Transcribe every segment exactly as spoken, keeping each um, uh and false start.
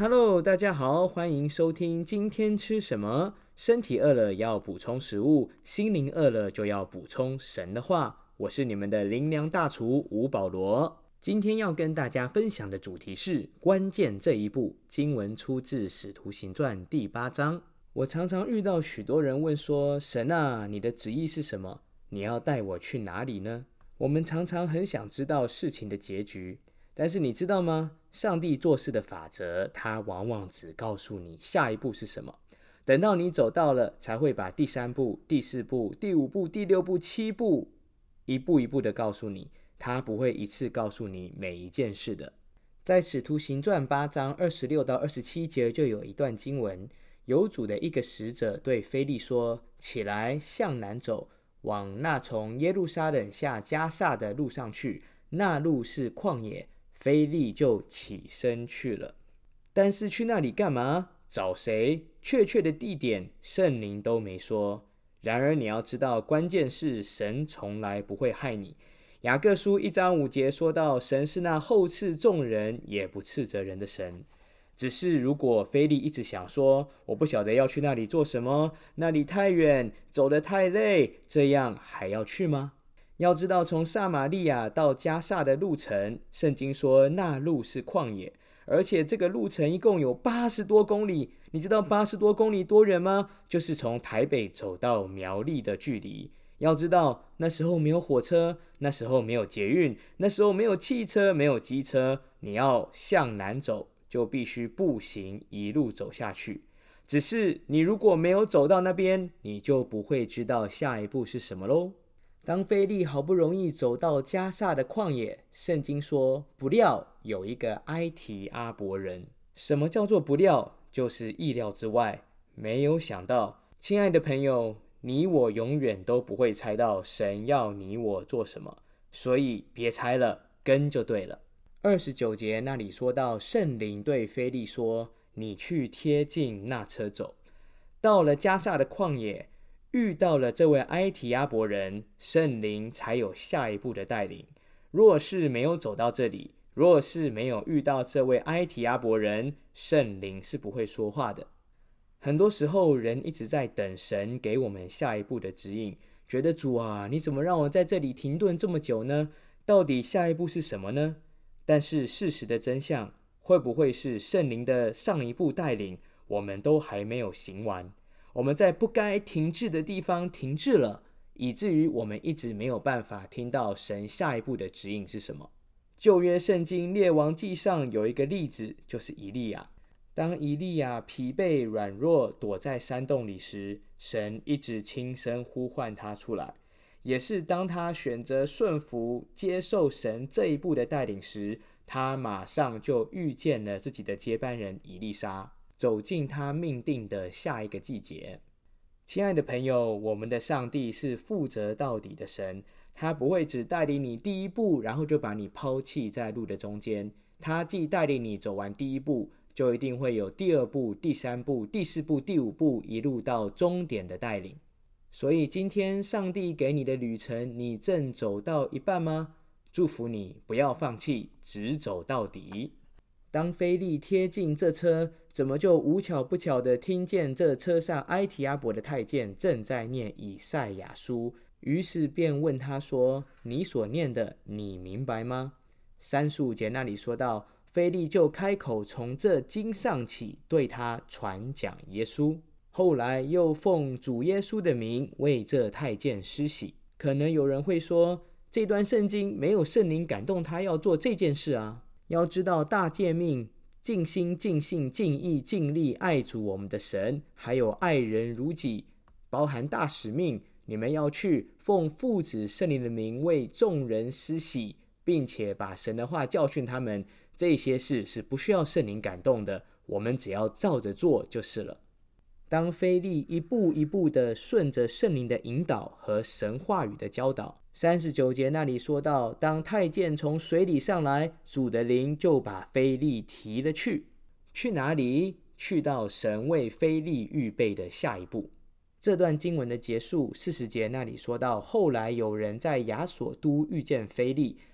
Hello，大家好，欢迎收听今天吃什么？身体饿了要补充食物，心灵饿了就要补充神的话。我是你们的灵粮大厨吴保罗。今天要跟大家分享的主题是关键这一步。经文出自使徒行传第八章。我常常遇到许多人问说，神啊，你的旨意是什么？你要带我去哪里呢？我们常常很想知道事情的结局，但是你知道吗？上帝做事的法则，他往往只告诉你下一步是什么，等到你走到了，才会把第三步、第四步、第五步、第六步、七步一步一步的告诉你，他不会一次告诉你每一件事的。在使徒行传八章二十六到二十七节就有一段经文，有主的一个使者对腓利说，起来向南走，往那从耶路撒冷下迦萨的路上去，那路是旷野。腓利就起身去了。但是去那里干嘛？找谁？确切的地点圣灵都没说。然而你要知道，关键是神从来不会害你。雅各书一章五节说到，神是那厚赐众人也不斥责人的神。只是如果腓利一直想说，我不晓得要去那里做什么，那里太远，走得太累，这样还要去吗？要知道，从撒玛利亚到迦萨的路程，圣经说那路是旷野，而且这个路程一共有八十多公里。你知道八十多公里多远吗？就是从台北走到苗栗的距离。要知道，那时候没有火车，那时候没有捷运，那时候没有汽车，没有机车，你要向南走，就必须步行一路走下去。只是你如果没有走到那边，你就不会知道下一步是什么咯。当腓利好不容易走到迦萨的旷野，圣经说，不料有一个埃提阿伯人。什么叫做不料？就是意料之外，没有想到。亲爱的朋友，你我永远都不会猜到神要你我做什么，所以别猜了，跟就对了。二十九节那里说到，圣灵对腓利说，你去贴近那车走。到了迦萨的旷野，遇到了这位埃提阿伯人，圣灵才有下一步的带领。若是没有走到这里，若是没有遇到这位埃提阿伯人，圣灵是不会说话的。很多时候人一直在等神给我们下一步的指引，觉得主啊，你怎么让我在这里停顿这么久呢？到底下一步是什么呢？但是事实的真相，会不会是圣灵的上一步带领，我们都还没有行完，我们在不该停滞的地方停滞了，以至于我们一直没有办法听到神下一步的指引是什么。旧约圣经列王记上有一个例子，就是以利亚。当以利亚疲惫软弱躲在山洞里时，神一直轻声呼唤他出来。也是当他选择顺服接受神这一步的带领时，他马上就遇见了自己的接班人以利沙，走进他命定的下一个季节。亲爱的朋友，我们的上帝是负责到底的神，他不会只带领你第一步，然后就把你抛弃在路的中间。他既带领你走完第一步，就一定会有第二步、第三步、第四步、第五步，一路到终点的带领。所以今天上帝给你的旅程，你正走到一半吗？祝福你不要放弃，直走到底。当腓利贴近这车，怎么就无巧不巧的听见这车上埃提阿伯的太监正在念以赛亚书，于是便问他说，你所念的你明白吗？三十五节那里说到，腓利就开口从这经上起，对他传讲耶稣。后来又奉主耶稣的名为这太监施洗。可能有人会说，这段圣经没有圣灵感动他要做这件事啊。要知道大诫命，尽心尽性尽意尽力爱主我们的神，还有爱人如己，包含大使命，你们要去奉父子圣灵的名为众人施洗，并且把神的话教训他们，这些事是不需要圣灵感动的，我们只要照着做就是了。当腓利一步一步的顺着圣灵的引导和神话语的教导，三十九节那里说到，当太监从水里上来，主的灵就把腓利提了去。去哪里？去到神为腓利预备的下一步。这段经文的结束，四十节那里说到，后来有人在亚索都遇见腓利，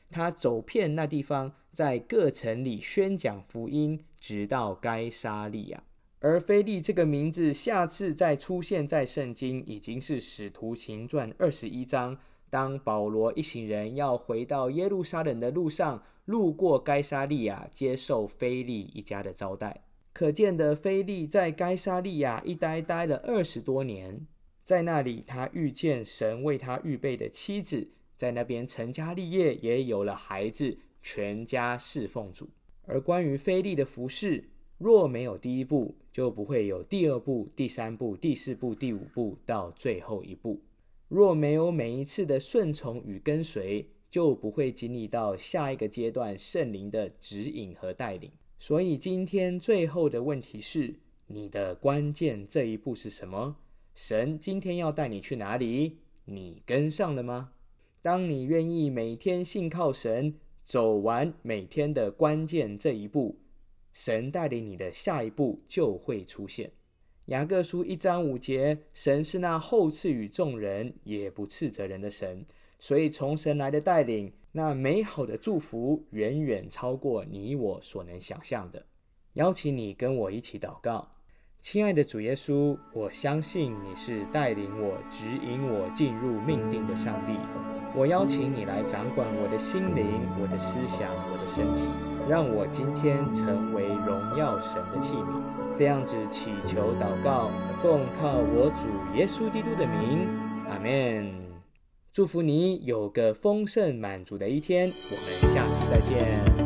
他走遍那地方，在各城里宣讲福音，直到该撒利亚。而腓利这个名字下次再出现在圣经，已经是使徒行传二十一章，当保罗一行人要回到耶路撒冷的路上，路过该撒利亚，接受腓利一家的招待。可见的，腓利在该撒利亚一待待了二十多年，在那里他遇见神为他预备的妻子，在那边成家立业，也有了孩子，全家侍奉主。而关于腓利的服事，若没有第一步，就不会有第二步、第三步、第四步、第五步，到最后一步。若没有每一次的顺从与跟随，就不会经历到下一个阶段圣灵的指引和带领。所以今天最后的问题是，你的关键这一步是什么？神今天要带你去哪里？你跟上了吗？当你愿意每天信靠神，走完每天的关键这一步，神带领你的下一步就会出现。雅各书一章五节，神是那厚赐予众人，也不斥责人的神。所以从神来的带领，那美好的祝福远远超过你我所能想象的。邀请你跟我一起祷告。亲爱的主耶稣，我相信你是带领我、指引我进入命定的上帝。我邀请你来掌管我的心灵、我的思想、我的身体，让我今天成为荣耀神的器皿。这样子祈求祷告，奉靠我主耶稣基督的名，阿们。祝福你有个丰盛满足的一天，我们下次再见。